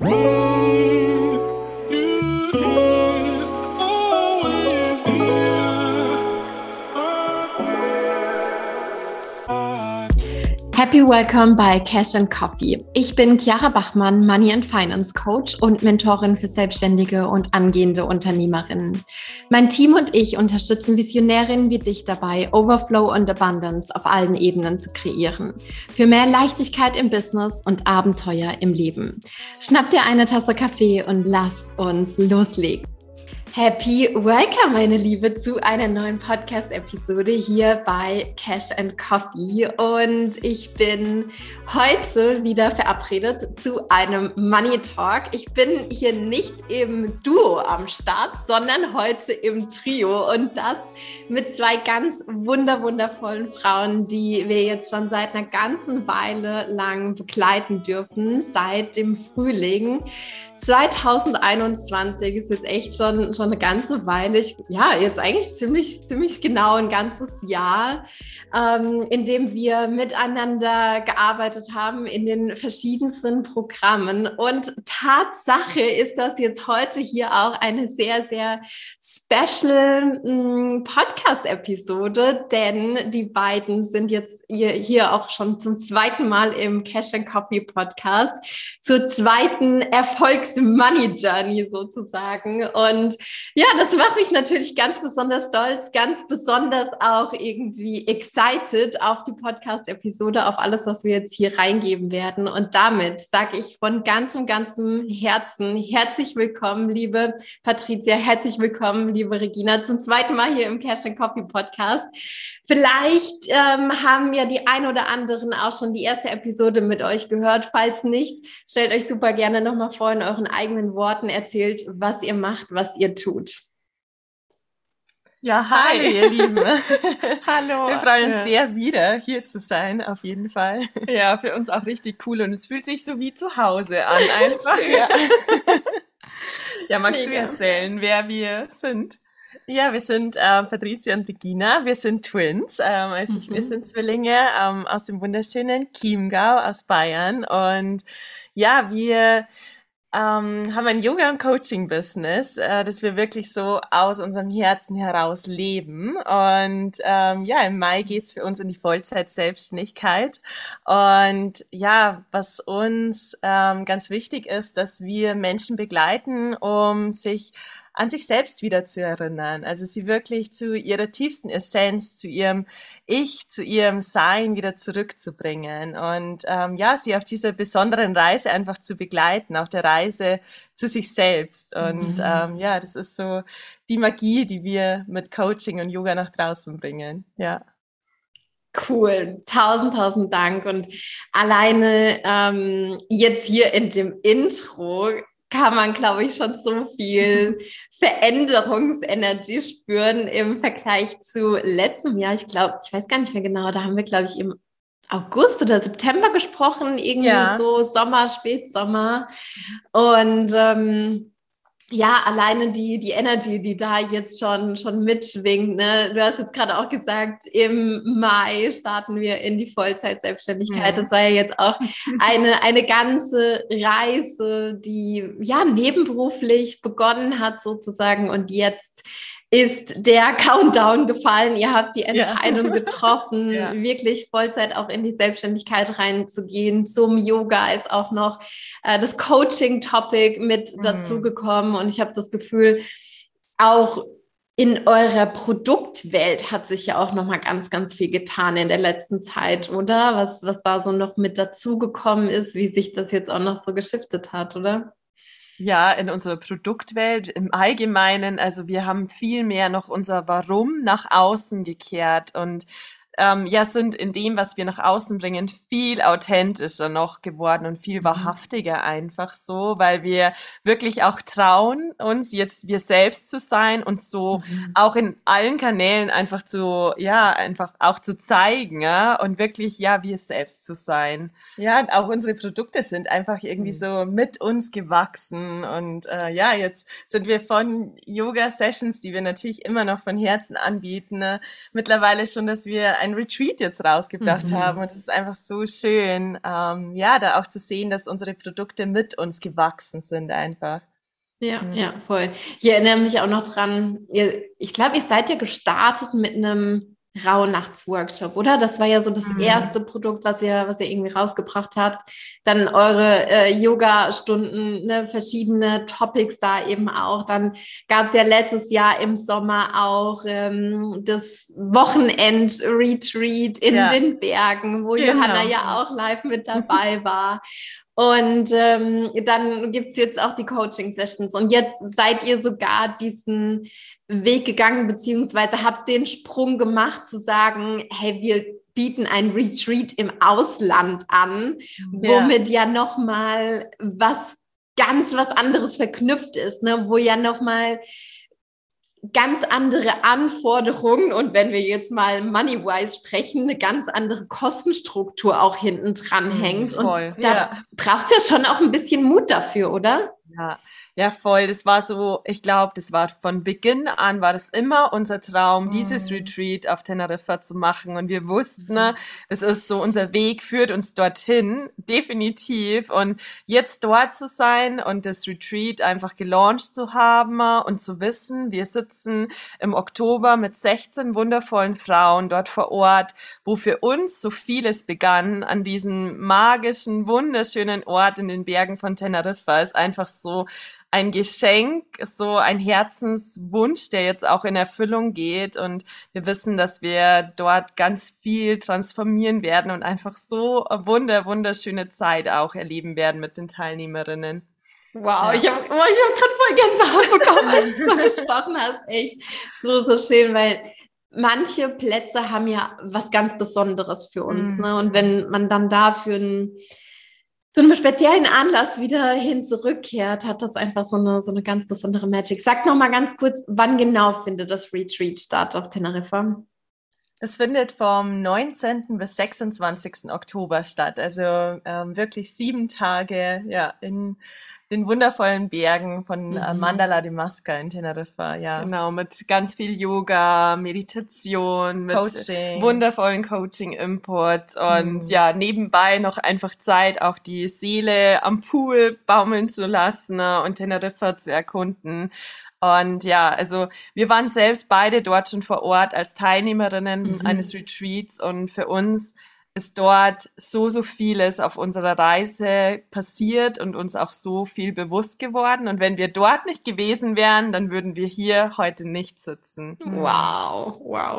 Happy Welcome bei Cash and Coffee. Ich bin Chiara Bachmann, Money and Finance Coach und Mentorin für Selbstständige und angehende Unternehmerinnen. Mein Team und ich unterstützen Visionärinnen wie dich dabei, Overflow und Abundance auf allen Ebenen zu kreieren. Für mehr Leichtigkeit im Business und Abenteuer im Leben. Schnapp dir eine Tasse Kaffee und lass uns loslegen. Happy Welcome, meine Liebe, zu einer neuen Podcast-Episode hier bei Cash and Coffee. Und ich bin heute wieder verabredet zu einem Money Talk. Ich bin hier nicht im Duo am Start, sondern heute im Trio. Und das mit zwei ganz wundervollen Frauen, die wir jetzt schon seit einer ganzen Weile lang begleiten dürfen, seit dem Frühling. 2021 ist jetzt echt schon eine ganze Weile, jetzt eigentlich ziemlich genau ein ganzes Jahr, in dem wir miteinander gearbeitet haben in den verschiedensten Programmen. Und Tatsache ist das jetzt heute hier auch eine sehr, sehr special Podcast-Episode, denn die beiden sind jetzt hier auch schon zum zweiten Mal im Cash and Coffee Podcast, zur zweiten Money Journey sozusagen. Und ja, das macht mich natürlich ganz besonders stolz, ganz besonders auch irgendwie excited auf die Podcast-Episode, auf alles, was wir jetzt hier reingeben werden. Und damit sage ich von ganzem Herzen herzlich willkommen, liebe Patricia, herzlich willkommen, liebe Regina, zum zweiten Mal hier im Cash and Coffee Podcast. Vielleicht haben ja die ein oder anderen auch schon die erste Episode mit euch gehört. Falls nicht, stellt euch super gerne nochmal vor in euren eigenen Worten, erzählt, was ihr macht, was ihr tut. Ja, hi, ihr Lieben. Hallo. Wir freuen uns sehr, wieder hier zu sein, auf jeden Fall. Ja, für uns auch richtig cool und es fühlt sich so wie zu Hause an einfach. Ja, magst du erzählen, wer wir sind? Ja, wir sind Patricia und Regina, wir sind Twins, wir sind Zwillinge aus dem wunderschönen Chiemgau aus Bayern und ja, wir haben ein Yoga- und Coaching-Business, das wir wirklich so aus unserem Herzen heraus leben. Und im Mai geht's für uns in die Vollzeit-Selbstständigkeit. Und ja, was uns ganz wichtig ist, dass wir Menschen begleiten, um sich an sich selbst wieder zu erinnern. Also sie wirklich zu ihrer tiefsten Essenz, zu ihrem Ich, zu ihrem Sein wieder zurückzubringen und sie auf dieser besonderen Reise einfach zu begleiten, auf der Reise zu sich selbst. Und das ist so die Magie, die wir mit Coaching und Yoga nach draußen bringen. Ja. Cool, tausend Dank. Und alleine jetzt hier in dem Intro kann man, glaube ich, schon so viel Veränderungsenergie spüren im Vergleich zu letztem Jahr. Ich weiß gar nicht mehr genau, da haben wir, glaube ich, im August oder September gesprochen, irgendwie so Sommer, Spätsommer. Und alleine die Energy, die da jetzt schon mitschwingt, ne? Du hast jetzt gerade auch gesagt, im Mai starten wir in die Vollzeit-Selbstständigkeit. Das war ja jetzt auch eine ganze Reise, die nebenberuflich begonnen hat sozusagen und jetzt ist der Countdown gefallen. Ihr habt die Entscheidung getroffen, wirklich Vollzeit auch in die Selbstständigkeit reinzugehen. Zum Yoga ist auch noch das Coaching-Topic mit dazugekommen. Und ich habe das Gefühl, auch in eurer Produktwelt hat sich ja auch nochmal ganz viel getan in der letzten Zeit, oder? Was da so noch mit dazugekommen ist, wie sich das jetzt auch noch so geschiftet hat, oder? Ja, in unserer Produktwelt im Allgemeinen, also wir haben viel mehr noch unser Warum nach außen gekehrt und sind in dem, was wir nach außen bringen, viel authentischer noch geworden und viel wahrhaftiger einfach so, weil wir wirklich auch trauen, uns jetzt wir selbst zu sein und so auch in allen Kanälen einfach einfach auch zu zeigen, ja, und wirklich, wir selbst zu sein. Ja, und auch unsere Produkte sind einfach irgendwie so mit uns gewachsen und jetzt sind wir von Yoga-Sessions, die wir natürlich immer noch von Herzen anbieten, mittlerweile schon, dass wir ein Retreat jetzt rausgebracht haben. Und es ist einfach so schön, ja, da auch zu sehen, dass unsere Produkte mit uns gewachsen sind einfach. Ja, voll. Ich erinnere mich auch noch dran, ich glaube, ihr seid ja gestartet mit einem Rauhnachtsworkshop, oder? Das war ja so das erste Produkt, was ihr irgendwie rausgebracht habt. Dann eure Yoga-Stunden, ne, verschiedene Topics da eben auch. Dann gab es ja letztes Jahr im Sommer auch das Wochenend-Retreat in den Bergen, wo Johanna ja auch live mit dabei war. Und dann gibt's jetzt auch die Coaching-Sessions. Und jetzt seid ihr sogar diesen Weg gegangen, beziehungsweise habt den Sprung gemacht, zu sagen, hey, wir bieten ein Retreat im Ausland an, womit ja nochmal was anderes verknüpft ist, ne? Wo ja nochmal ganz andere Anforderungen und wenn wir jetzt mal money-wise sprechen, eine ganz andere Kostenstruktur auch hinten dran hängt. Voll, und da braucht es ja schon auch ein bisschen Mut dafür, oder? Ja, voll. Das war so, ich glaube, das war von Beginn an, war das immer unser Traum, dieses Retreat auf Teneriffa zu machen. Und wir wussten, es ist so, unser Weg führt uns dorthin, definitiv. Und jetzt dort zu sein und das Retreat einfach gelauncht zu haben und zu wissen, wir sitzen im Oktober mit 16 wundervollen Frauen dort vor Ort, wo für uns so vieles begann an diesem magischen, wunderschönen Ort in den Bergen von Teneriffa, ist einfach so ein Geschenk, so ein Herzenswunsch, der jetzt auch in Erfüllung geht. Und wir wissen, dass wir dort ganz viel transformieren werden und einfach so eine wunderschöne Zeit auch erleben werden mit den Teilnehmerinnen. Wow, ich hab gerade voll Gänsehaut bekommen, als du gesprochen hast. Echt so schön, weil manche Plätze haben ja was ganz Besonderes für uns. Ne? Und wenn man dann da für so einem speziellen Anlass wieder hin zurückkehrt, hat das einfach so eine ganz besondere Magic. Sag noch mal ganz kurz, wann genau findet das Retreat statt auf Teneriffa? Es findet vom 19. bis 26. Oktober statt, also wirklich 7 Tage in den wundervollen Bergen von Mandala de Masca in Teneriffa, Genau, mit ganz viel Yoga, Meditation, mit wundervollen Coaching-Input und nebenbei noch einfach Zeit, auch die Seele am Pool baumeln zu lassen und Teneriffa zu erkunden. Und also wir waren selbst beide dort schon vor Ort als Teilnehmerinnen eines Retreats und für uns ist dort so vieles auf unserer Reise passiert und uns auch so viel bewusst geworden. Und wenn wir dort nicht gewesen wären, dann würden wir hier heute nicht sitzen. Wow.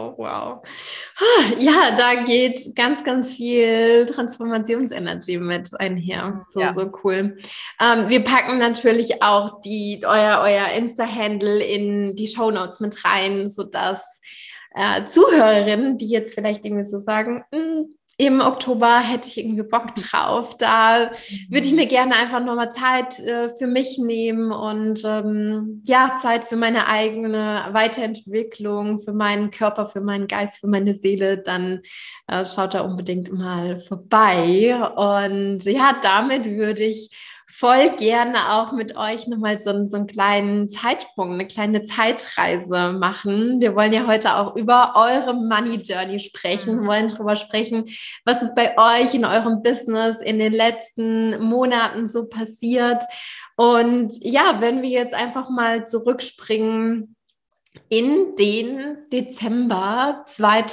Ja, da geht ganz viel Transformationsenergie mit einher. So cool. Wir packen natürlich auch euer Insta-Handle in die Shownotes mit rein, sodass Zuhörerinnen, die jetzt vielleicht irgendwie so sagen, im Oktober hätte ich irgendwie Bock drauf. Da würde ich mir gerne einfach nochmal Zeit für mich nehmen und Zeit für meine eigene Weiterentwicklung, für meinen Körper, für meinen Geist, für meine Seele. Dann schaut da unbedingt mal vorbei. Und damit würde ich voll gerne auch mit euch nochmal so einen kleinen Zeitsprung, eine kleine Zeitreise machen. Wir wollen ja heute auch über eure Money Journey sprechen, wollen darüber sprechen, was ist bei euch in eurem Business in den letzten Monaten so passiert. Und wenn wir jetzt einfach mal zurückspringen in den Dezember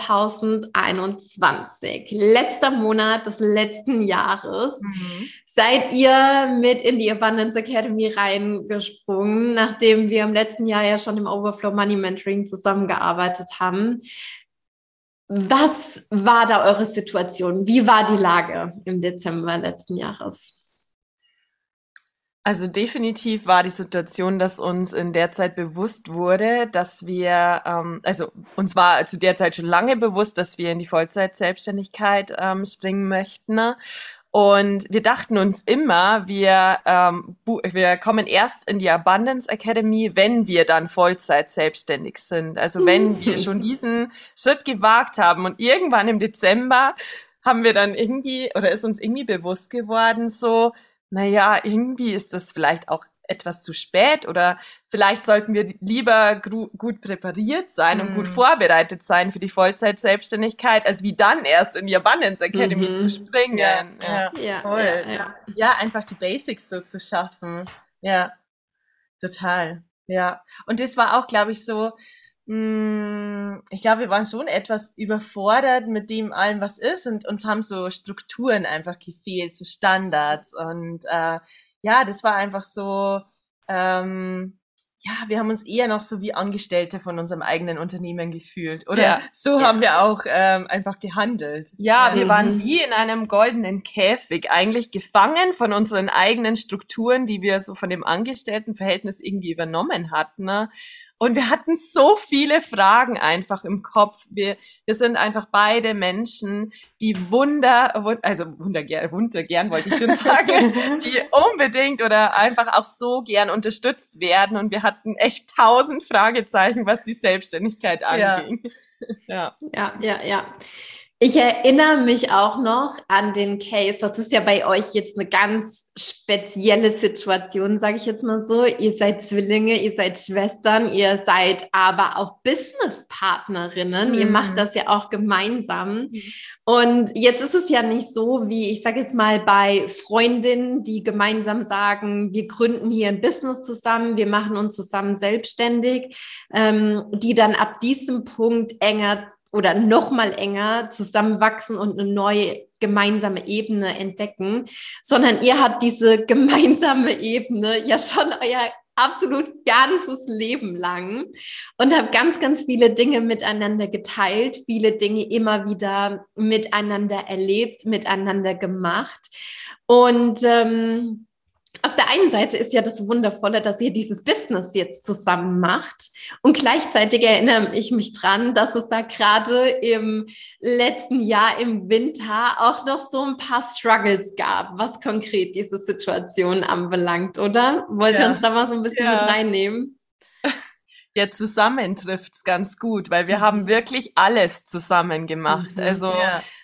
2021, letzter Monat des letzten Jahres, seid ihr mit in die Abundance Academy reingesprungen, nachdem wir im letzten Jahr ja schon im Overflow Money Mentoring zusammengearbeitet haben. Was war da eure Situation? Wie war die Lage im Dezember letzten Jahres? Also definitiv war die Situation, dass uns in der Zeit bewusst wurde, dass wir, uns war zu der Zeit schon lange bewusst, dass wir in die Vollzeit-Selbstständigkeit springen möchten. Und wir dachten uns immer, wir kommen erst in die Abundance Academy, wenn wir dann Vollzeit selbstständig sind. Also wenn wir schon diesen Schritt gewagt haben und irgendwann im Dezember haben wir dann ist uns irgendwie bewusst geworden, so, irgendwie ist das vielleicht auch etwas zu spät oder vielleicht sollten wir lieber gut präpariert sein und gut vorbereitet sein für die Vollzeit-Selbstständigkeit, als wie dann erst in die Abundance Academy zu springen. Ja, einfach die Basics so zu schaffen. Ja, total. Ja, und das war auch, glaube ich, so, ich glaube, wir waren schon etwas überfordert mit dem allem, was ist, und uns haben so Strukturen einfach gefehlt, so Standards, und das war einfach so, wir haben uns eher noch so wie Angestellte von unserem eigenen Unternehmen gefühlt, oder so haben wir auch einfach gehandelt. Ja, wir waren wie in einem goldenen Käfig, eigentlich gefangen von unseren eigenen Strukturen, die wir so von dem Angestelltenverhältnis irgendwie übernommen hatten, ne? Und wir hatten so viele Fragen einfach im Kopf. Wir sind einfach beide Menschen, die wundergern wollte ich schon sagen, die unbedingt oder einfach auch so gern unterstützt werden. Und wir hatten echt 1000 Fragezeichen, was die Selbstständigkeit anging. Ja. Ich erinnere mich auch noch an den Case, das ist ja bei euch jetzt eine ganz spezielle Situation, sage ich jetzt mal so. Ihr seid Zwillinge, ihr seid Schwestern, ihr seid aber auch Businesspartnerinnen. Ihr macht das ja auch gemeinsam. Und jetzt ist es ja nicht so, wie, ich sage jetzt mal, bei Freundinnen, die gemeinsam sagen, wir gründen hier ein Business zusammen, wir machen uns zusammen selbstständig, die dann ab diesem Punkt enger oder noch mal enger zusammenwachsen und eine neue gemeinsame Ebene entdecken, sondern ihr habt diese gemeinsame Ebene ja schon euer absolut ganzes Leben lang und habt ganz, ganz viele Dinge miteinander geteilt, viele Dinge immer wieder miteinander erlebt, miteinander gemacht. Und auf der einen Seite ist ja das Wundervolle, dass ihr dieses Business jetzt zusammen macht, und gleichzeitig erinnere ich mich dran, dass es da gerade im letzten Jahr im Winter auch noch so ein paar Struggles gab, was konkret diese Situation anbelangt, oder? Wollt ihr uns da mal so ein bisschen mit reinnehmen? Ja, zusammen trifft's ganz gut, weil wir haben wirklich alles zusammen gemacht. Also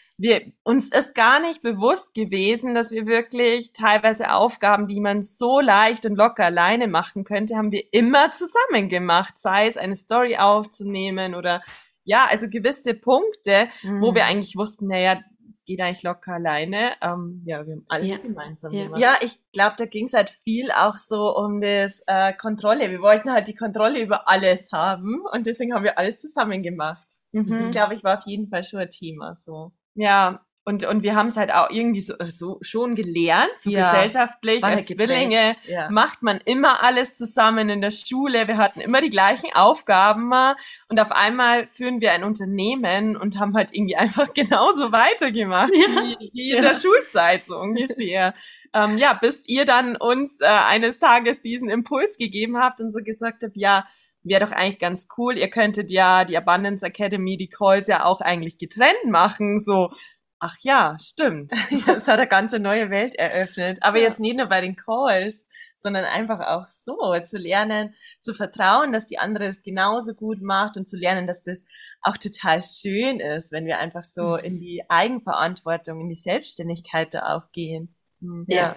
uns ist gar nicht bewusst gewesen, dass wir wirklich teilweise Aufgaben, die man so leicht und locker alleine machen könnte, haben wir immer zusammen gemacht. Sei es eine Story aufzunehmen oder also gewisse Punkte, wo wir eigentlich wussten, naja, es geht eigentlich locker alleine. Wir haben alles gemeinsam gemacht. Ja, ich glaube, da ging es halt viel auch so um das Kontrolle. Wir wollten halt die Kontrolle über alles haben, und deswegen haben wir alles zusammen gemacht. Das, glaube ich, war auf jeden Fall schon ein Thema so. Ja, und wir haben es halt auch irgendwie so schon gelernt, so gesellschaftlich, als Zwillinge macht man immer alles zusammen in der Schule, wir hatten immer die gleichen Aufgaben, und auf einmal führen wir ein Unternehmen und haben halt irgendwie einfach genauso weitergemacht wie in der Schulzeit, so ungefähr. Bis ihr dann uns eines Tages diesen Impuls gegeben habt und so gesagt habt, wäre doch eigentlich ganz cool, ihr könntet ja die Abundance Academy, die Calls ja auch eigentlich getrennt machen, so. Ach ja, stimmt. Das hat eine ganze neue Welt eröffnet. Aber jetzt nicht nur bei den Calls, sondern einfach auch so, zu lernen, zu vertrauen, dass die andere es genauso gut macht, und zu lernen, dass das auch total schön ist, wenn wir einfach so in die Eigenverantwortung, in die Selbstständigkeit da auch gehen. Ja.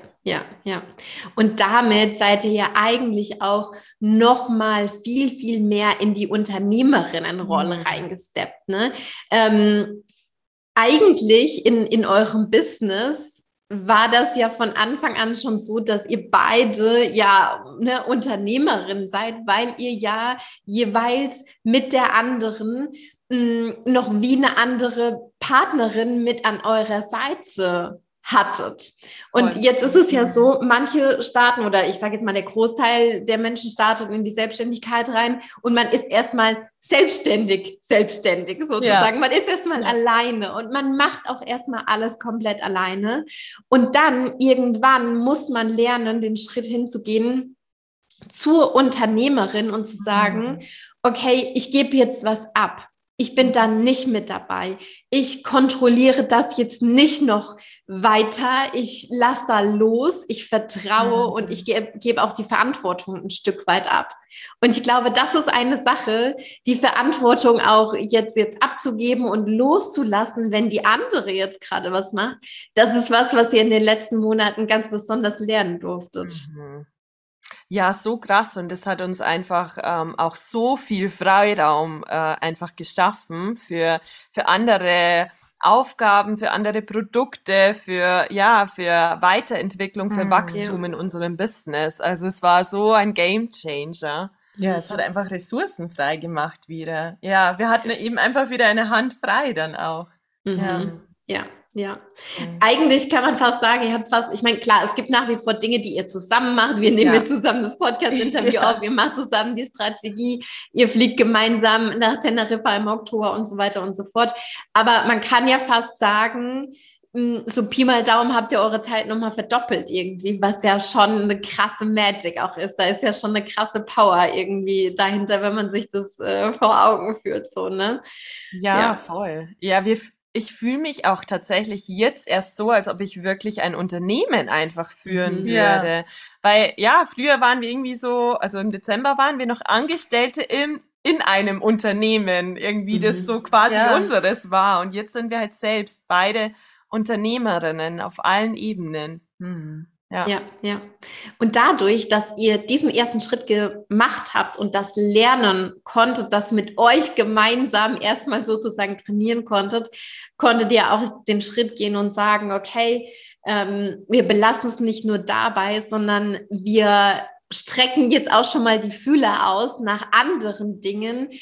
Und damit seid ihr ja eigentlich auch noch mal viel, viel mehr in die Unternehmerinnenrolle reingesteppt, ne? Eigentlich in eurem Business war das ja von Anfang an schon so, dass ihr beide eine Unternehmerin seid, weil ihr ja jeweils mit der anderen noch wie eine andere Partnerin mit an eurer Seite hattet. Und jetzt ist es ja so, manche starten, oder ich sage jetzt mal, der Großteil der Menschen startet in die Selbstständigkeit rein und man ist erstmal selbstständig sozusagen. Ja. Man ist erstmal alleine und man macht auch erstmal alles komplett alleine. Und dann irgendwann muss man lernen, den Schritt hinzugehen zur Unternehmerin und zu sagen, okay, ich gebe jetzt was ab. Ich bin da nicht mit dabei. Ich kontrolliere das jetzt nicht noch weiter. Ich lasse da los. Ich vertraue und ich gebe auch die Verantwortung ein Stück weit ab. Und ich glaube, das ist eine Sache, die Verantwortung auch jetzt abzugeben und loszulassen, wenn die andere jetzt gerade was macht. Das ist was ihr in den letzten Monaten ganz besonders lernen durftet. Ja, so krass und das hat uns einfach auch so viel Freiraum einfach geschaffen für andere Aufgaben, für andere Produkte, für Weiterentwicklung, für Wachstum in unserem Business. Also es war so ein Game Changer. Ja, es hat einfach Ressourcen frei gemacht wieder. Ja, wir hatten eben einfach wieder eine Hand frei dann auch. Ja. Eigentlich kann man fast sagen, ich meine, klar, es gibt nach wie vor Dinge, die ihr zusammen macht. Wir nehmen jetzt zusammen das Podcast-Interview auf, ihr macht zusammen die Strategie, ihr fliegt gemeinsam nach Teneriffa im Oktober und so weiter und so fort. Aber man kann ja fast sagen, so Pi mal Daumen habt ihr eure Zeit nochmal verdoppelt irgendwie, was ja schon eine krasse Magic auch ist. Da ist ja schon eine krasse Power irgendwie dahinter, wenn man sich das vor Augen führt, so, ne? Ja, voll. Ja, ich fühle mich auch tatsächlich jetzt erst so, als ob ich wirklich ein Unternehmen einfach führen würde. Weil, ja, früher waren wir irgendwie so, also im Dezember waren wir noch Angestellte in einem Unternehmen, irgendwie das so quasi unseres war. Und jetzt sind wir halt selbst beide Unternehmerinnen auf allen Ebenen. Ja. Und dadurch, dass ihr diesen ersten Schritt gemacht habt und das lernen konntet, das mit euch gemeinsam erstmal sozusagen trainieren konntet ihr auch den Schritt gehen und sagen, okay, wir belassen es nicht nur dabei, sondern wir strecken jetzt auch schon mal die Fühler aus nach anderen Dingen,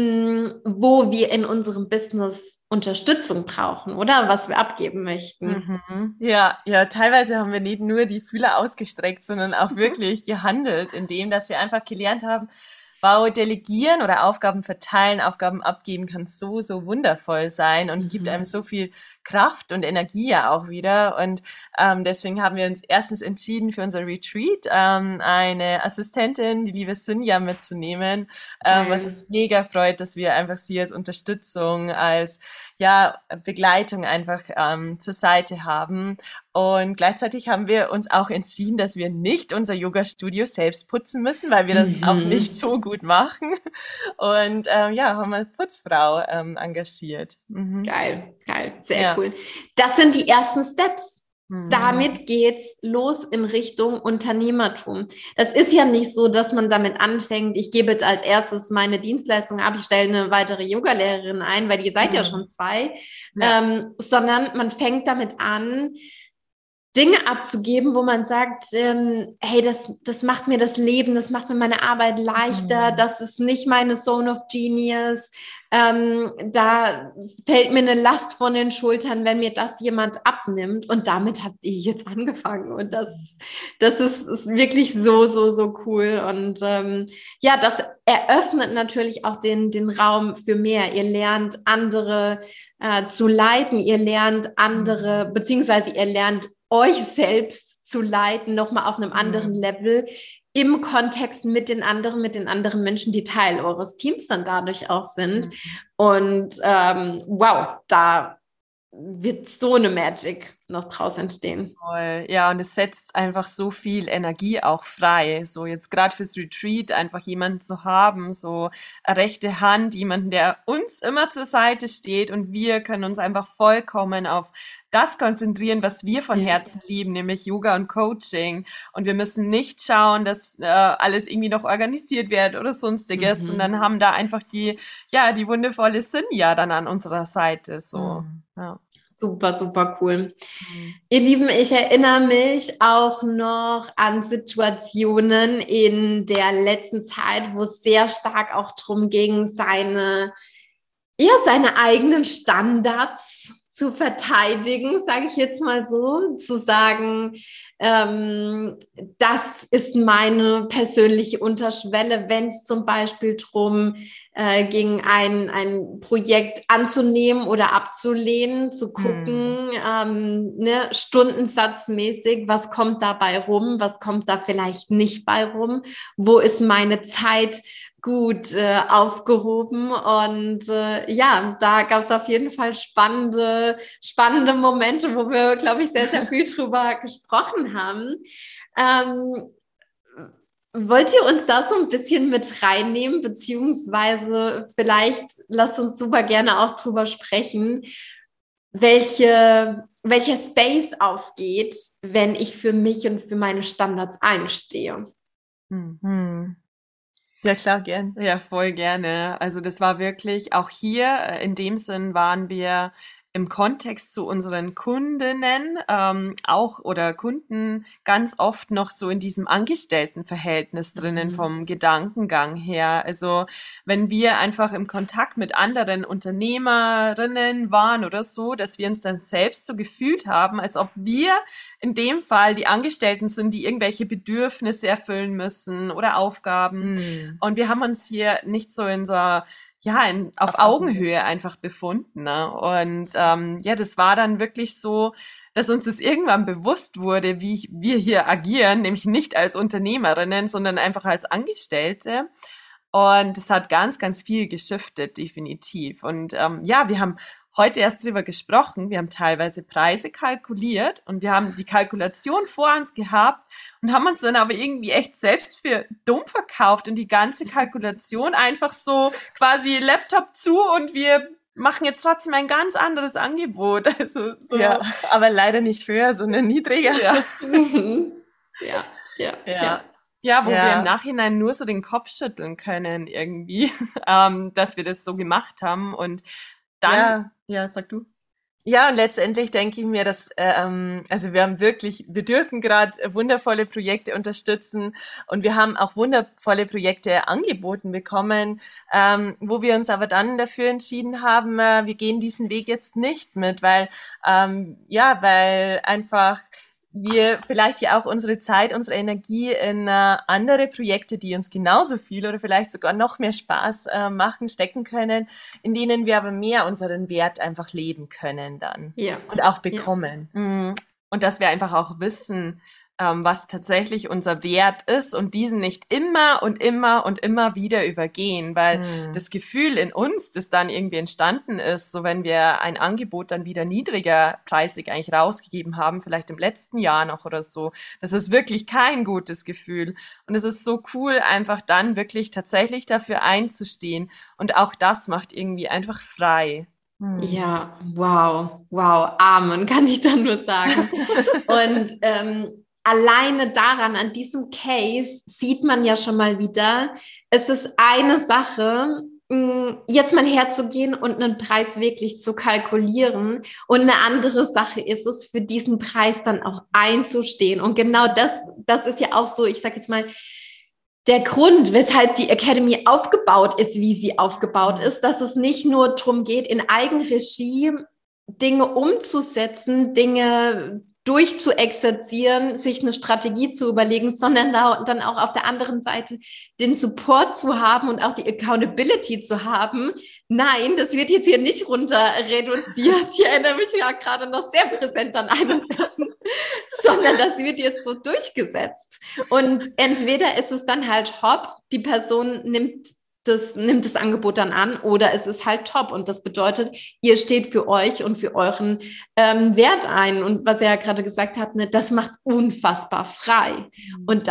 wo wir in unserem Business Unterstützung brauchen, oder? Was wir abgeben möchten. Ja, teilweise haben wir nicht nur die Fühler ausgestreckt, sondern auch wirklich gehandelt, indem, dass wir einfach gelernt haben, wow, delegieren oder Aufgaben verteilen, Aufgaben abgeben kann so, so wundervoll sein und gibt einem so viel Kraft und Energie ja auch wieder. Und deswegen haben wir uns erstens entschieden, für unser Retreat eine Assistentin, die liebe Sinja, mitzunehmen, was uns mega freut, dass wir einfach sie als Unterstützung, als Begleitung einfach zur Seite haben. Und gleichzeitig haben wir uns auch entschieden, dass wir nicht unser Yoga-Studio selbst putzen müssen, weil wir das auch nicht so gut machen. Und haben eine Putzfrau engagiert. Geil, sehr cool. Das sind die ersten Steps. Damit geht's los in Richtung Unternehmertum. Das ist ja nicht so, dass man damit anfängt, ich gebe jetzt als erstes meine Dienstleistung ab, ich stelle eine weitere Yogalehrerin ein, weil ihr seid ja schon 2, sondern man fängt damit an, Dinge abzugeben, wo man sagt, hey, das macht mir das Leben, das macht mir meine Arbeit leichter, das ist nicht meine Zone of Genius, da fällt mir eine Last von den Schultern, wenn mir das jemand abnimmt, und damit habt ihr jetzt angefangen und das ist wirklich so, so, so cool und das eröffnet natürlich auch den Raum für mehr. Ihr lernt andere zu leiten, ihr lernt andere, beziehungsweise ihr lernt euch selbst zu leiten, nochmal auf einem anderen Level, im Kontext mit den anderen Menschen, die Teil eures Teams dann dadurch auch sind. Und da wird so eine Magic noch draus entstehen. Voll. Ja, und es setzt einfach so viel Energie auch frei. So jetzt gerade fürs Retreat einfach jemanden zu haben, so eine rechte Hand, jemanden, der uns immer zur Seite steht und wir können uns einfach vollkommen auf das konzentrieren, was wir von Herzen lieben, nämlich Yoga und Coaching. Und wir müssen nicht schauen, dass alles irgendwie noch organisiert wird oder sonstiges. Und dann haben da einfach die wundervolle Sinja dann an unserer Seite. So. Ja. Super, super cool. Ihr Lieben, ich erinnere mich auch noch an Situationen in der letzten Zeit, wo es sehr stark auch darum ging, seine eigenen Standards zu verteidigen, sage ich jetzt mal so, zu sagen, das ist meine persönliche Unterschwelle, wenn es zum Beispiel darum ging, ein Projekt anzunehmen oder abzulehnen, zu gucken, stundensatzmäßig, was kommt dabei rum, was kommt da vielleicht nicht bei rum, wo ist meine Zeit gut aufgehoben und da gab es auf jeden Fall spannende Momente, wo wir, glaube ich, sehr, sehr viel drüber gesprochen haben. Wollt ihr uns da so ein bisschen mit reinnehmen, beziehungsweise vielleicht lasst uns super gerne auch drüber sprechen, welcher Space aufgeht, wenn ich für mich und für meine Standards einstehe? Mhm. Ja, klar, gern. Ja, voll gerne. Also das war wirklich, auch hier in dem Sinn waren wir im Kontext zu unseren Kundinnen auch oder Kunden ganz oft noch so in diesem Angestelltenverhältnis drinnen vom Gedankengang her. Also wenn wir einfach im Kontakt mit anderen Unternehmerinnen waren oder so, dass wir uns dann selbst so gefühlt haben, als ob wir in dem Fall die Angestellten sind, die irgendwelche Bedürfnisse erfüllen müssen oder Aufgaben. Und wir haben uns hier nicht so in so auf Augenhöhe einfach befunden. Ne? Und das war dann wirklich so, dass uns das irgendwann bewusst wurde, wie wir hier agieren, nämlich nicht als Unternehmerinnen, sondern einfach als Angestellte. Und es hat ganz, ganz viel geschiftet, definitiv. Und wir haben heute erst drüber gesprochen. Wir haben teilweise Preise kalkuliert und wir haben die Kalkulation vor uns gehabt und haben uns dann aber irgendwie echt selbst für dumm verkauft und die ganze Kalkulation einfach so quasi Laptop zu und wir machen jetzt trotzdem ein ganz anderes Angebot. Also so. Ja, aber leider nicht höher, sondern niedriger. Ja, wo wir im Nachhinein nur so den Kopf schütteln können irgendwie, dass wir das so gemacht haben und dann, sag du. Ja, und letztendlich denke ich mir, dass also wir dürfen gerade wundervolle Projekte unterstützen und wir haben auch wundervolle Projekte angeboten bekommen, wo wir uns aber dann dafür entschieden haben, wir gehen diesen Weg jetzt nicht mit, weil einfach wir vielleicht ja auch unsere Zeit, unsere Energie in andere Projekte, die uns genauso viel oder vielleicht sogar noch mehr Spaß machen, stecken können, in denen wir aber mehr unseren Wert einfach leben können dann und auch bekommen. Ja. Und dass wir einfach auch wissen, was tatsächlich unser Wert ist und diesen nicht immer und immer und immer wieder übergehen, weil das Gefühl in uns, das dann irgendwie entstanden ist, so wenn wir ein Angebot dann wieder niedriger preisig eigentlich rausgegeben haben, vielleicht im letzten Jahr noch oder so, das ist wirklich kein gutes Gefühl und es ist so cool, einfach dann wirklich tatsächlich dafür einzustehen und auch das macht irgendwie einfach frei. Ja, wow, Amen, kann ich dann nur sagen. Und alleine daran, an diesem Case, sieht man ja schon mal wieder, es ist eine Sache, jetzt mal herzugehen und einen Preis wirklich zu kalkulieren. Und eine andere Sache ist es, für diesen Preis dann auch einzustehen. Und genau das ist ja auch so, ich sage jetzt mal, der Grund, weshalb die Academy aufgebaut ist, wie sie aufgebaut ist, dass es nicht nur darum geht, in Eigenregie Dinge umzusetzen, Dinge durchzuexerzieren, sich eine Strategie zu überlegen, sondern dann auch auf der anderen Seite den Support zu haben und auch die Accountability zu haben. Nein, das wird jetzt hier nicht runter reduziert. Ich erinnere mich ja gerade noch sehr präsent an eine Session, sondern das wird jetzt so durchgesetzt. Und entweder ist es dann halt hopp, die Person nimmt das Angebot dann an oder es ist halt top und das bedeutet, ihr steht für euch und für euren Wert ein und was er ja gerade gesagt hat, ne, das macht unfassbar frei und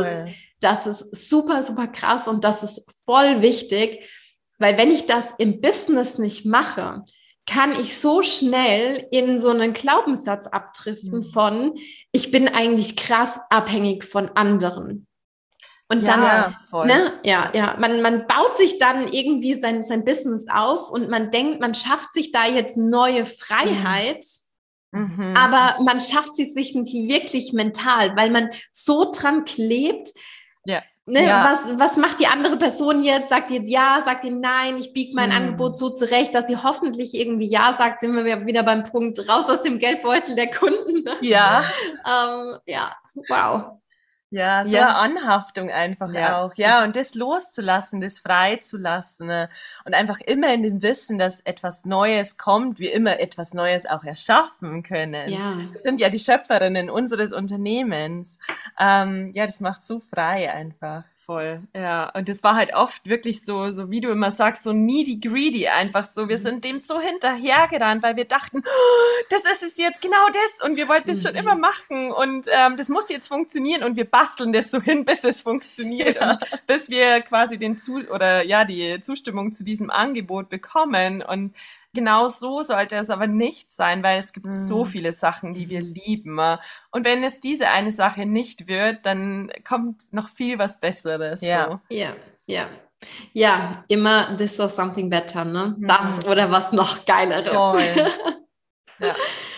das ist super, super krass und das ist voll wichtig, weil wenn ich das im Business nicht mache, kann ich so schnell in so einen Glaubenssatz abdriften von, ich bin eigentlich krass abhängig von anderen. Und dann, man baut sich dann irgendwie sein Business auf und man denkt, man schafft sich da jetzt neue Freiheit, aber man schafft sie sich nicht wirklich mental, weil man so dran klebt. Was macht die andere Person jetzt? Sagt die jetzt ja, sagt die nein, ich biege mein Angebot so zurecht, dass sie hoffentlich irgendwie ja sagt, sind wir wieder beim Punkt, raus aus dem Geldbeutel der Kunden. Wow. Ja, so eine Anhaftung einfach auch. Ja, und das loszulassen, das freizulassen und einfach immer in dem Wissen, dass etwas Neues kommt, wir immer etwas Neues auch erschaffen können. Ja. Wir sind ja die Schöpferinnen unseres Unternehmens. Das macht so frei einfach. Voll, ja. Und das war halt oft wirklich so wie du immer sagst, so needy greedy einfach so. Wir sind dem so hinterhergerannt, weil wir dachten, oh, das ist es jetzt, genau das. Und wir wollten das schon immer machen. Und das muss jetzt funktionieren. Und wir basteln das so hin, bis es funktioniert. Ja. Und bis wir quasi die Zustimmung zu diesem Angebot bekommen. Und genau so sollte es aber nicht sein, weil es gibt so viele Sachen, die wir lieben. Und wenn es diese eine Sache nicht wird, dann kommt noch viel was Besseres. Ja, so. Ja, immer this or something better, ne? Das oder was noch Geileres. Voll. Ja.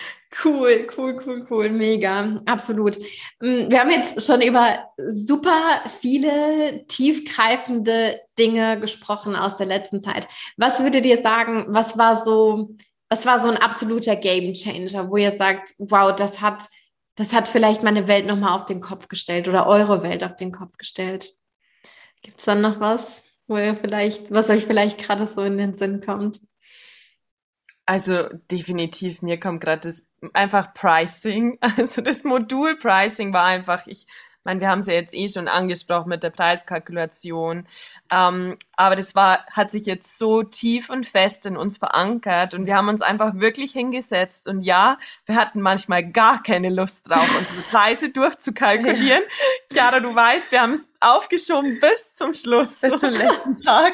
Cool, mega, absolut. Wir haben jetzt schon über super viele tiefgreifende Dinge gesprochen aus der letzten Zeit. Was würdet ihr sagen, was war so ein absoluter Game Changer, wo ihr sagt, wow, das hat vielleicht meine Welt nochmal auf den Kopf gestellt oder eure Welt auf den Kopf gestellt? Gibt es dann noch was, was euch vielleicht gerade so in den Sinn kommt? Also definitiv, mir kommt gerade das einfach Pricing. Also das Modul Pricing war einfach, ich meine, wir haben es ja jetzt schon angesprochen mit der Preiskalkulation, aber das hat sich jetzt so tief und fest in uns verankert und wir haben uns einfach wirklich hingesetzt und ja, wir hatten manchmal gar keine Lust drauf, unsere Preise durchzukalkulieren. Chiara, du weißt, wir haben es aufgeschoben bis zum Schluss. Bis zum letzten Tag.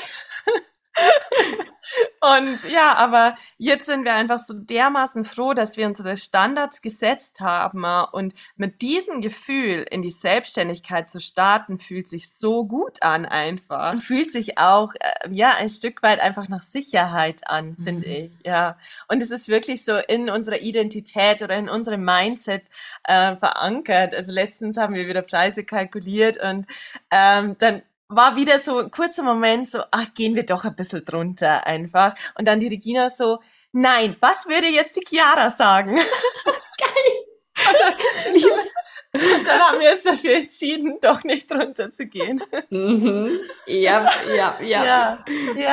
Und ja, aber jetzt sind wir einfach so dermaßen froh, dass wir unsere Standards gesetzt haben und mit diesem Gefühl in die Selbstständigkeit zu starten, fühlt sich so gut an einfach. Und fühlt sich auch, ein Stück weit einfach nach Sicherheit an, finde ich, ja. Und es ist wirklich so in unserer Identität oder in unserem Mindset verankert. Also letztens haben wir wieder Preise kalkuliert und dann war wieder so ein kurzer Moment so, gehen wir doch ein bisschen drunter einfach. Und dann die Regina so, nein, was würde jetzt die Chiara sagen? Geil. Und dann haben wir uns dafür entschieden, doch nicht drunter zu gehen. Ja.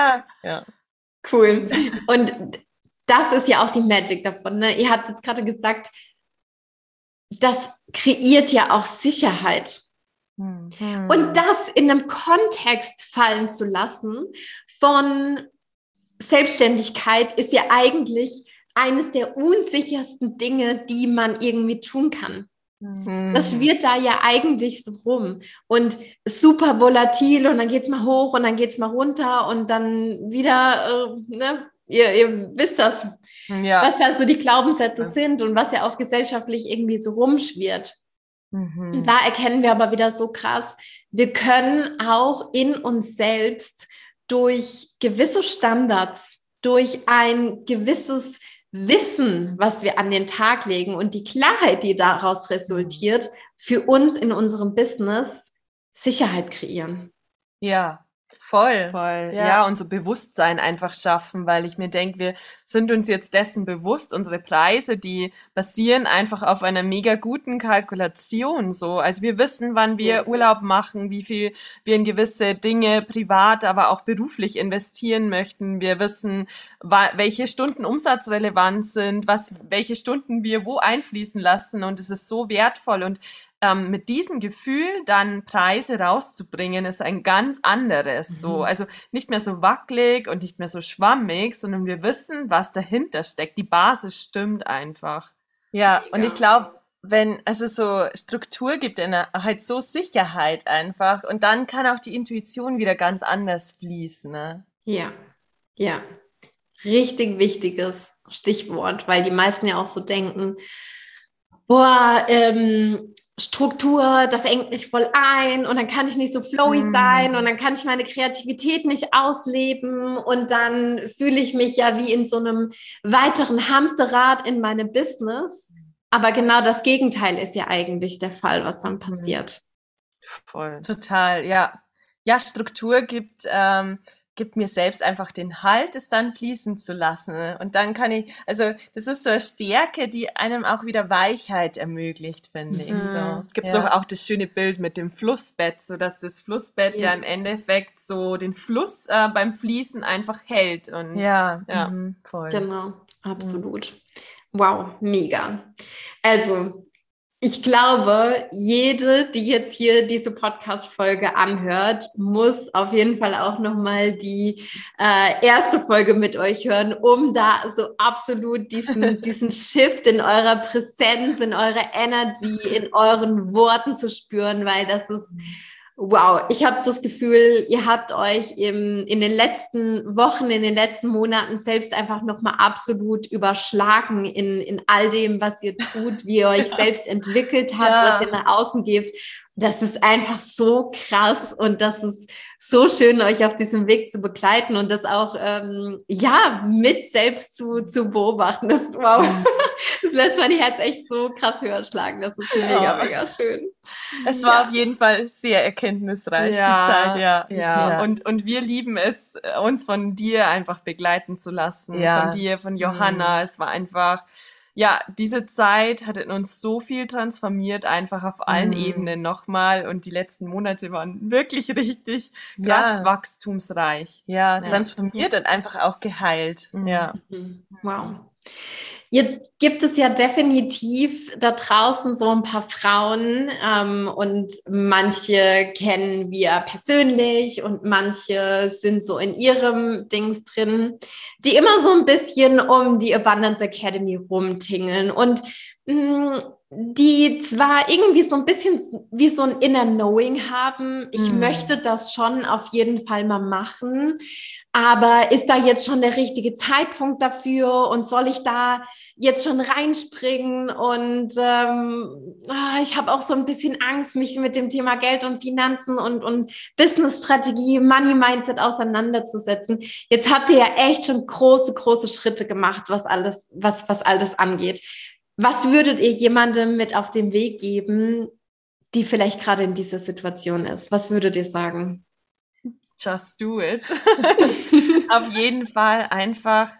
Cool. Und das ist ja auch die Magic davon, ne? Ihr habt jetzt gerade gesagt, das kreiert ja auch Sicherheit. Und das in einem Kontext fallen zu lassen von Selbstständigkeit ist ja eigentlich eines der unsichersten Dinge, die man irgendwie tun kann. Das schwirrt da ja eigentlich so rum und super volatil und dann geht's mal hoch und dann geht's mal runter und dann wieder, ihr wisst das, was da so die Glaubenssätze sind und was ja auch gesellschaftlich irgendwie so rumschwirrt. Und da erkennen wir aber wieder so krass, wir können auch in uns selbst durch gewisse Standards, durch ein gewisses Wissen, was wir an den Tag legen und die Klarheit, die daraus resultiert, für uns in unserem Business Sicherheit kreieren. Ja. Voll. Ja, und so Bewusstsein einfach schaffen, weil ich mir denke, wir sind uns jetzt dessen bewusst, unsere Preise, die basieren einfach auf einer mega guten Kalkulation, so. Also wir wissen, wann wir Urlaub machen, wie viel wir in gewisse Dinge privat, aber auch beruflich investieren möchten. Wir wissen, welche Stunden umsatzrelevant sind, welche Stunden wir wo einfließen lassen und es ist so wertvoll und mit diesem Gefühl dann Preise rauszubringen, ist ein ganz anderes. So, also nicht mehr so wackelig und nicht mehr so schwammig, sondern wir wissen, was dahinter steckt. Die Basis stimmt einfach. Ja, und ich glaube, wenn es so Struktur gibt, halt so Sicherheit einfach und dann kann auch die Intuition wieder ganz anders fließen. Ne? Ja. Richtig wichtiges Stichwort, weil die meisten ja auch so denken, Struktur, das engt mich voll ein und dann kann ich nicht so flowy sein und dann kann ich meine Kreativität nicht ausleben und dann fühle ich mich ja wie in so einem weiteren Hamsterrad in meinem Business. Aber genau das Gegenteil ist ja eigentlich der Fall, was dann passiert. Voll. Total, ja. Ja, Struktur gibt mir selbst einfach den Halt, es dann fließen zu lassen. Und dann kann das ist so eine Stärke, die einem auch wieder Weichheit ermöglicht, finde ich. So. Gibt es auch das schöne Bild mit dem Flussbett, so dass das Flussbett ja im Endeffekt so den Fluss beim Fließen einfach hält. Und voll. Genau, absolut. Wow, mega. Also, ich glaube, jede, die jetzt hier diese Podcast-Folge anhört, muss auf jeden Fall auch nochmal die erste Folge mit euch hören, um da so absolut diesen Shift in eurer Präsenz, in eurer Energy, in euren Worten zu spüren, weil das ist Wow, ich habe das Gefühl, ihr habt euch in den letzten Wochen, in den letzten Monaten selbst einfach nochmal absolut überschlagen in all dem, was ihr tut, wie ihr euch selbst entwickelt habt, was ihr nach außen gebt. Das ist einfach so krass und das ist so schön, euch auf diesem Weg zu begleiten und das auch mit selbst zu beobachten. Das, wow, das lässt mein Herz echt so krass höher schlagen. Das ist mega, mega schön. Es war auf jeden Fall sehr erkenntnisreich, die Zeit, ja. Und wir lieben es, uns von dir einfach begleiten zu lassen, von dir, von Johanna. Es war einfach, diese Zeit hat in uns so viel transformiert, einfach auf allen Ebenen nochmal. Und die letzten Monate waren wirklich richtig krass wachstumsreich. Ja, transformiert und einfach auch geheilt. Ja. Wow. Jetzt gibt es ja definitiv da draußen so ein paar Frauen und manche kennen wir persönlich und manche sind so in ihrem Dings drin, die immer so ein bisschen um die Abundance Academy rumtingeln und die zwar irgendwie so ein bisschen wie so ein Inner Knowing haben, ich möchte das schon auf jeden Fall mal machen, aber ist da jetzt schon der richtige Zeitpunkt dafür und soll ich da jetzt schon reinspringen und ich habe auch so ein bisschen Angst, mich mit dem Thema Geld und Finanzen und Business-Strategie, Money-Mindset auseinanderzusetzen. Jetzt habt ihr ja echt schon große, große Schritte gemacht, was alles angeht. Was würdet ihr jemandem mit auf den Weg geben, die vielleicht gerade in dieser Situation ist? Was würdet ihr sagen? Just do it. Auf jeden Fall einfach,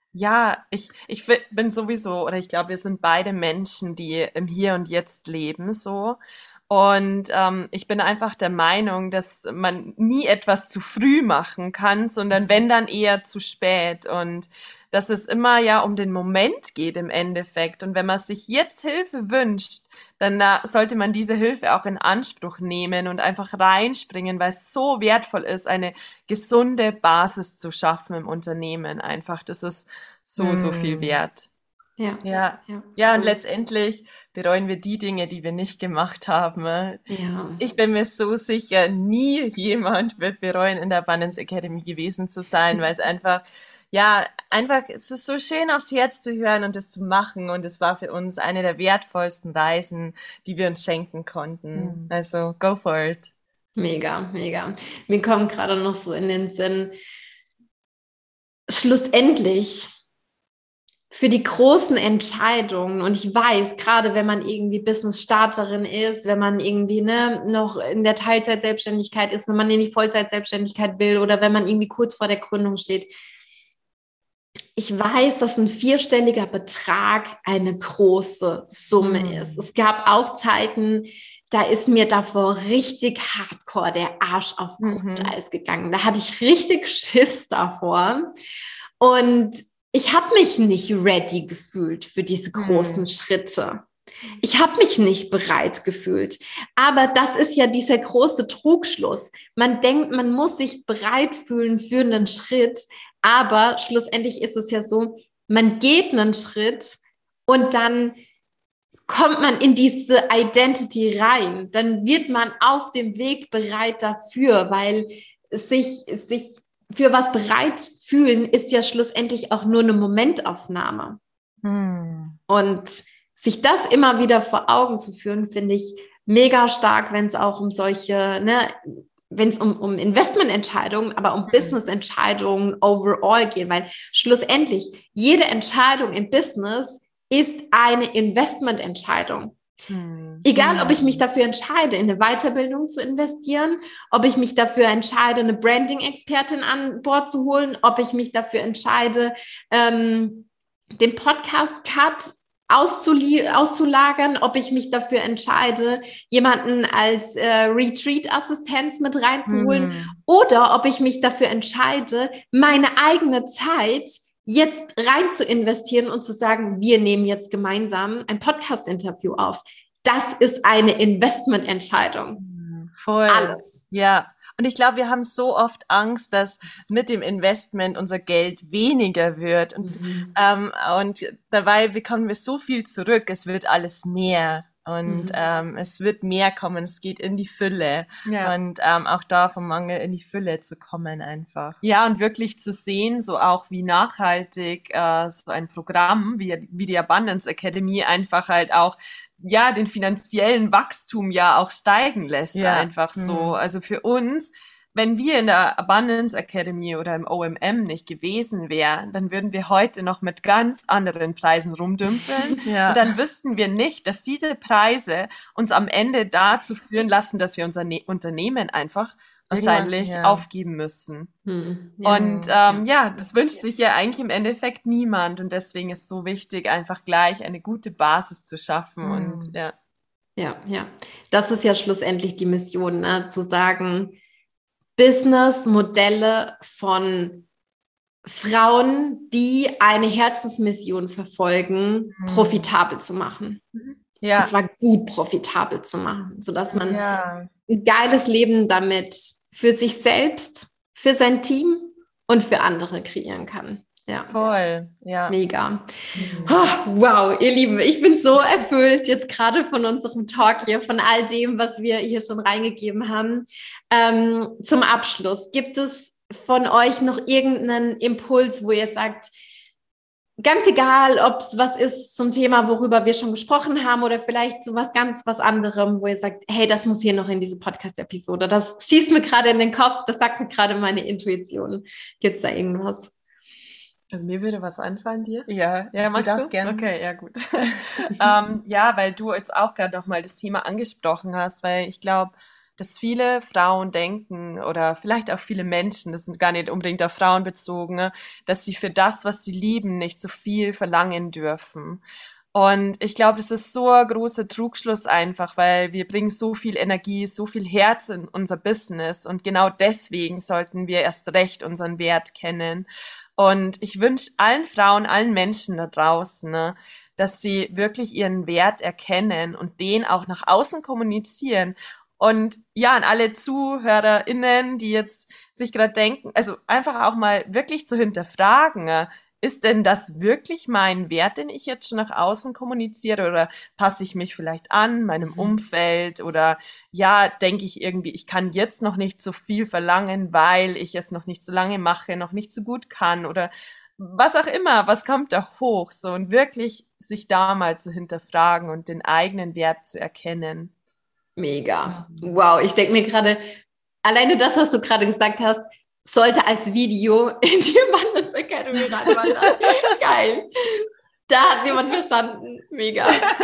ich bin sowieso, oder ich glaube, wir sind beide Menschen, die im Hier und Jetzt leben, so. Und ich bin einfach der Meinung, dass man nie etwas zu früh machen kann, sondern wenn, dann eher zu spät. Und dass es immer um den Moment geht im Endeffekt. Und wenn man sich jetzt Hilfe wünscht, dann sollte man diese Hilfe auch in Anspruch nehmen und einfach reinspringen, weil es so wertvoll ist, eine gesunde Basis zu schaffen im Unternehmen. Einfach, das ist so viel wert. Ja, und letztendlich bereuen wir die Dinge, die wir nicht gemacht haben. Ja. Ich bin mir so sicher, nie jemand wird bereuen, in der Abundance Academy gewesen zu sein, weil es einfach, es ist so schön, aufs Herz zu hören und das zu machen. Und es war für uns eine der wertvollsten Reisen, die wir uns schenken konnten. Also, go for it. Mega, mega. Mir kommt gerade noch so in den Sinn, schlussendlich für die großen Entscheidungen, und ich weiß, gerade wenn man irgendwie Business-Starterin ist, wenn man irgendwie noch in der Teilzeit-Selbstständigkeit ist, wenn man in die Vollzeit-Selbstständigkeit will oder wenn man irgendwie kurz vor der Gründung steht, ich weiß, dass ein 4-stelliger Betrag eine große Summe ist. Es gab auch Zeiten, da ist mir davor richtig hardcore der Arsch auf Grundeis gegangen. Da hatte ich richtig Schiss davor. Und ich habe mich nicht ready gefühlt für diese großen Schritte. Ich habe mich nicht bereit gefühlt. Aber das ist ja dieser große Trugschluss. Man denkt, man muss sich bereit fühlen für einen Schritt. Aber schlussendlich ist es ja so, man geht einen Schritt und dann kommt man in diese Identity rein. Dann wird man auf dem Weg bereit dafür, weil sich für was bereit fühlen ist ja schlussendlich auch nur eine Momentaufnahme. Und sich das immer wieder vor Augen zu führen, finde ich mega stark, wenn es auch um solche, wenn es um Investmententscheidungen, aber um Businessentscheidungen overall geht, weil schlussendlich jede Entscheidung im Business ist eine Investmententscheidung. Egal, ob ich mich dafür entscheide, in eine Weiterbildung zu investieren, ob ich mich dafür entscheide, eine Branding-Expertin an Bord zu holen, ob ich mich dafür entscheide, den Podcast-Cut auszulagern, ob ich mich dafür entscheide, jemanden als Retreat-Assistenz mit reinzuholen oder ob ich mich dafür entscheide, meine eigene Zeit jetzt rein zu investieren und zu sagen, wir nehmen jetzt gemeinsam ein Podcast-Interview auf. Das ist eine Investmententscheidung. Voll. Alles. Ja. Und ich glaube, wir haben so oft Angst, dass mit dem Investment unser Geld weniger wird. Und dabei bekommen wir so viel zurück. Es wird alles mehr. Und es wird mehr kommen, es geht in die Fülle. Ja. Und auch da vom Mangel in die Fülle zu kommen einfach. Ja, und wirklich zu sehen, so auch wie nachhaltig so ein Programm wie die Abundance Academy einfach halt auch den finanziellen Wachstum ja auch steigen lässt, einfach so. Also für uns, wenn wir in der Abundance Academy oder im OMM nicht gewesen wären, dann würden wir heute noch mit ganz anderen Preisen rumdümpeln. Und dann wüssten wir nicht, dass diese Preise uns am Ende dazu führen lassen, dass wir unser Unternehmen einfach wahrscheinlich aufgeben müssen. Und das wünscht sich ja eigentlich im Endeffekt niemand. Und deswegen ist es so wichtig, einfach gleich eine gute Basis zu schaffen. Und Ja. Das ist ja schlussendlich die Mission, ne? Zu sagen, Businessmodelle von Frauen, die eine Herzensmission verfolgen, profitabel zu machen. Und zwar gut profitabel zu machen, sodass man ein geiles Leben damit für sich selbst, für sein Team und für andere kreieren kann. Ja. Voll, ja. Mega. Oh, wow, ihr Lieben, ich bin so erfüllt jetzt gerade von unserem Talk hier, von all dem, was wir hier schon reingegeben haben. Zum Abschluss, gibt es von euch noch irgendeinen Impuls, wo ihr sagt, ganz egal, ob es was ist zum Thema, worüber wir schon gesprochen haben oder vielleicht so was anderem, wo ihr sagt, hey, das muss hier noch in diese Podcast-Episode, das schießt mir gerade in den Kopf, das sagt mir gerade meine Intuition. Gibt es da irgendwas? Also mir würde was einfallen dir. Ja, magst du? Darfst gerne. Okay, ja gut. Weil du jetzt auch gerade nochmal das Thema angesprochen hast, weil ich glaube, dass viele Frauen denken oder vielleicht auch viele Menschen, das sind gar nicht unbedingt auf Frauen bezogen, dass sie für das, was sie lieben, nicht so viel verlangen dürfen. Und ich glaube, das ist so ein großer Trugschluss einfach, weil wir bringen so viel Energie, so viel Herz in unser Business und genau deswegen sollten wir erst recht unseren Wert kennen. Und ich wünsche allen Frauen, allen Menschen da draußen, dass sie wirklich ihren Wert erkennen und den auch nach außen kommunizieren. Und an alle ZuhörerInnen, die jetzt sich gerade denken, also einfach auch mal wirklich zu hinterfragen, ist denn das wirklich mein Wert, den ich jetzt schon nach außen kommuniziere, oder passe ich mich vielleicht an meinem Umfeld, oder denke ich irgendwie, ich kann jetzt noch nicht so viel verlangen, weil ich es noch nicht so lange mache, noch nicht so gut kann, oder was auch immer, was kommt da hoch, so, und wirklich sich da mal zu hinterfragen und den eigenen Wert zu erkennen. Mega. Wow, ich denke mir gerade, alleine das, was du gerade gesagt hast, sollte als Video in die Abundance Academy reinwandern. Geil. Da hat jemand verstanden. Mega.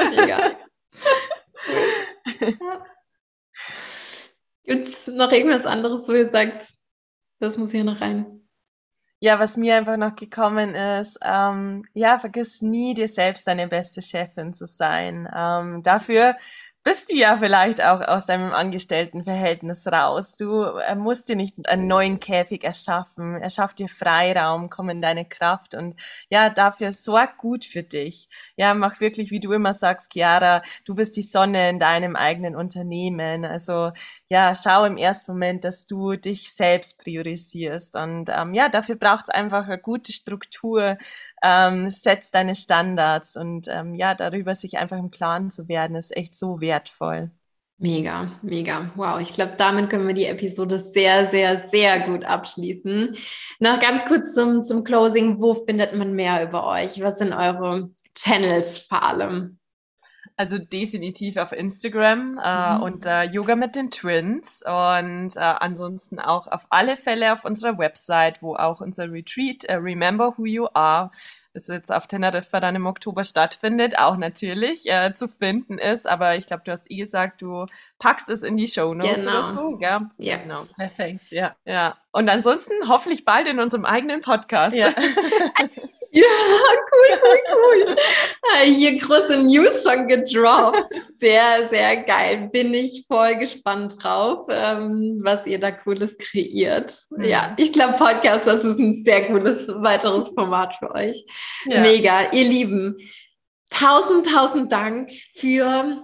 Gibt es noch irgendwas anderes, wo ihr sagt, das muss hier noch rein? Ja, was mir einfach noch gekommen ist, vergiss nie, dir selbst deine beste Chefin zu sein. Dafür bist du ja vielleicht auch aus deinem Angestelltenverhältnis raus. Du musst dir nicht einen neuen Käfig erschaffen. Erschaff dir Freiraum, komm in deine Kraft und dafür sorg gut für dich. Ja, mach wirklich, wie du immer sagst, Chiara, du bist die Sonne in deinem eigenen Unternehmen. Also schau im ersten Moment, dass du dich selbst priorisierst. Und dafür braucht es einfach eine gute Struktur. Setz deine Standards und darüber sich einfach im Klaren zu werden, ist echt so wertvoll. Mega. Wow, ich glaube, damit können wir die Episode sehr, sehr, sehr gut abschließen. Noch ganz kurz zum Closing. Wo findet man mehr über euch? Was sind eure Channels vor allem? Also definitiv auf Instagram unter Yoga mit den Twins und ansonsten auch auf alle Fälle auf unserer Website, wo auch unser Retreat Remember Who You Are, das jetzt auf Teneriffa dann im Oktober stattfindet, auch natürlich zu finden ist. Aber ich glaube, du hast gesagt, du packst es in die Shownotes oder so, gell? Ja. Genau. Perfekt, ja. Und ansonsten hoffentlich bald in unserem eigenen Podcast. Ja. Ja, cool. Hier große News schon gedroppt. Sehr, sehr geil. Bin ich voll gespannt drauf, was ihr da Cooles kreiert. Ja, ich glaube, Podcast, das ist ein sehr cooles weiteres Format für euch. Ja. Mega. Ihr Lieben, tausend Dank für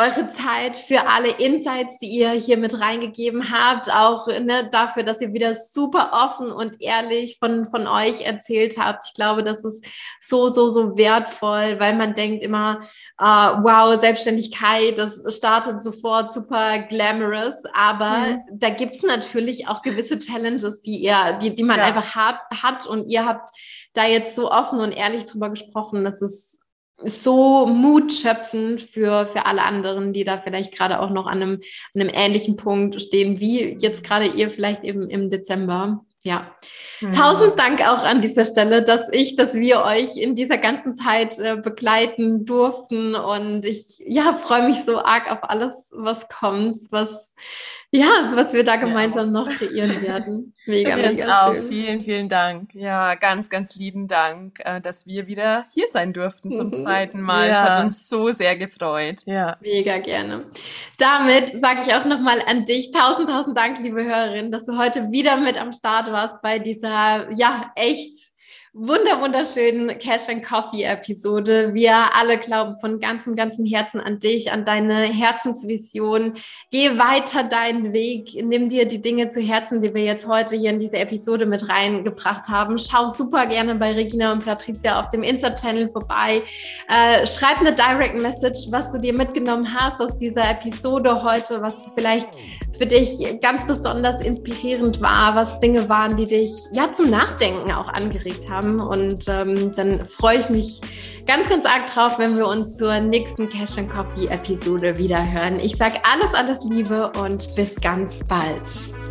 eure Zeit, für alle Insights, die ihr hier mit reingegeben habt, auch dafür, dass ihr wieder super offen und ehrlich von euch erzählt habt. Ich glaube, das ist so wertvoll, weil man denkt immer, wow, Selbstständigkeit, das startet sofort super glamorous, aber da gibt es natürlich auch gewisse Challenges, die man einfach hat und ihr habt da jetzt so offen und ehrlich drüber gesprochen. Das ist so mutschöpfend für alle anderen, die da vielleicht gerade auch noch an einem ähnlichen Punkt stehen, wie jetzt gerade ihr vielleicht eben im Dezember. Ja, 1000 Dank auch an dieser Stelle, dass wir euch in dieser ganzen Zeit begleiten durften, und ich freue mich so arg auf alles, was kommt, was wir da gemeinsam noch kreieren werden. Mega schön. Vielen, vielen Dank. Ja, ganz, ganz lieben Dank, dass wir wieder hier sein durften zum zweiten Mal. Es hat uns so sehr gefreut. Ja, mega gerne. Damit sage ich auch nochmal an dich 1000 Dank, liebe Hörerin, dass du heute wieder mit am Start warst bei dieser, echt wunderschönen Cash and Coffee Episode. Wir alle glauben von ganzem Herzen an dich, an deine Herzensvision. Geh weiter deinen Weg, nimm dir die Dinge zu Herzen, die wir jetzt heute hier in diese Episode mit reingebracht haben. Schau super gerne bei Regina und Patricia auf dem Insta-Channel vorbei. Schreib eine Direct Message, was du dir mitgenommen hast aus dieser Episode heute, was vielleicht für dich ganz besonders inspirierend war, was Dinge waren, die dich zum Nachdenken auch angeregt haben. Und dann freue ich mich ganz arg drauf, wenn wir uns zur nächsten Cash and Coffee Episode wieder hören. Ich sage alles Liebe und bis ganz bald.